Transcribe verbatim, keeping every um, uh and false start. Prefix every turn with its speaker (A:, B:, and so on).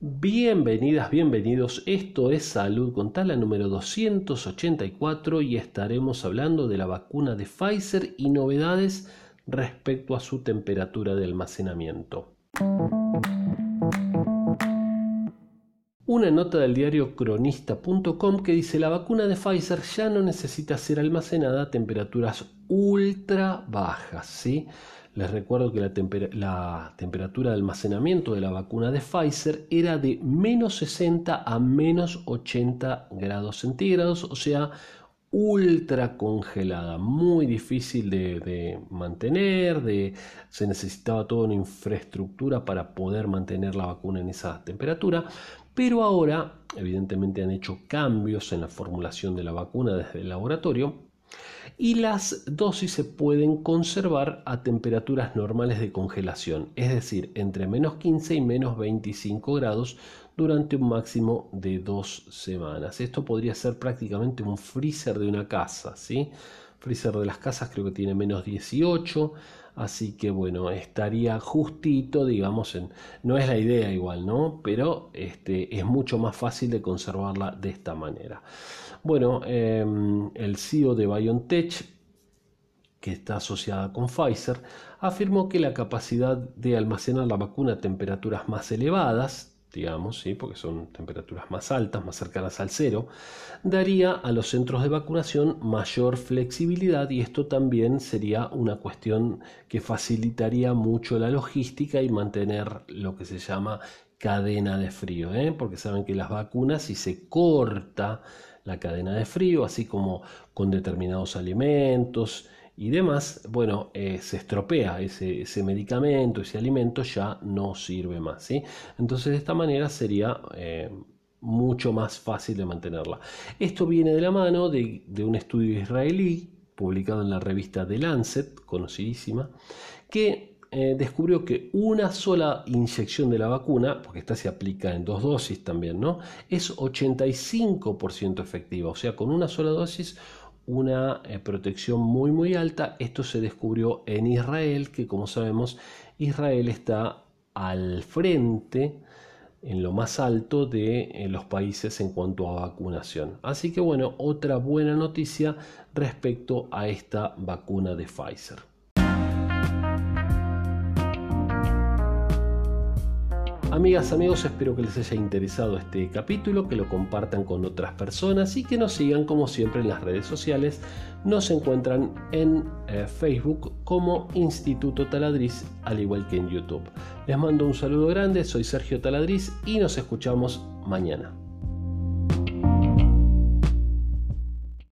A: Bienvenidas, bienvenidos. Esto es Salud con Tala número doscientos ochenta y cuatro y estaremos hablando de la vacuna de Pfizer y novedades respecto a su temperatura de almacenamiento. Una nota del diario cronista punto com que dice: la vacuna de Pfizer ya no necesita ser almacenada a temperaturas ultra bajas, ¿sí? Les recuerdo que la, temper la temperatura de almacenamiento de la vacuna de Pfizer era de menos sesenta a menos ochenta grados centígrados, o sea, ultra congelada, muy difícil de, de mantener, de, se necesitaba toda una infraestructura para poder mantener la vacuna en esa temperatura, pero ahora evidentemente han hecho cambios en la formulación de la vacuna desde el laboratorio y las dosis se pueden conservar a temperaturas normales de congelación, es decir, entre menos quince y menos veinticinco grados durante un máximo de dos semanas. Esto podría ser prácticamente un freezer de una casa, ¿sí? Freezer de las casas creo que tiene menos dieciocho, así que bueno, estaría justito, digamos, en, no es la idea igual, ¿no? Pero este, es mucho más fácil de conservarla de esta manera. Bueno, eh, el C E O de BioNTech, que está asociada con Pfizer, afirmó que la capacidad de almacenar la vacuna a temperaturas más elevadas, digamos, ¿sí? Porque son temperaturas más altas, más cercanas al cero, daría a los centros de vacunación mayor flexibilidad, y esto también sería una cuestión que facilitaría mucho la logística y mantener lo que se llama cadena de frío, ¿eh? Porque saben que las vacunas, si se corta la cadena de frío, así como con determinados alimentos y demás, bueno, eh, se estropea ese, ese medicamento, ese alimento ya no sirve más, ¿sí? Entonces de esta manera sería eh, mucho más fácil de mantenerla. Esto viene de la mano de, de un estudio israelí publicado en la revista The Lancet, conocidísima, que eh, descubrió que una sola inyección de la vacuna, porque esta se aplica en dos dosis también, ¿no?, es ochenta y cinco por ciento efectiva, o sea, con una sola dosis una eh, protección muy muy alta. Esto se descubrió en Israel, que como sabemos Israel está al frente, en lo más alto de eh, los países en cuanto a vacunación. Así que bueno, otra buena noticia respecto a esta vacuna de Pfizer. Amigas, amigos, espero que les haya interesado este capítulo, que lo compartan con otras personas y que nos sigan como siempre en las redes sociales. Nos encuentran en eh, Facebook como Instituto Taladriz, al igual que en YouTube. Les mando un saludo grande, soy Sergio Taladriz y nos escuchamos mañana.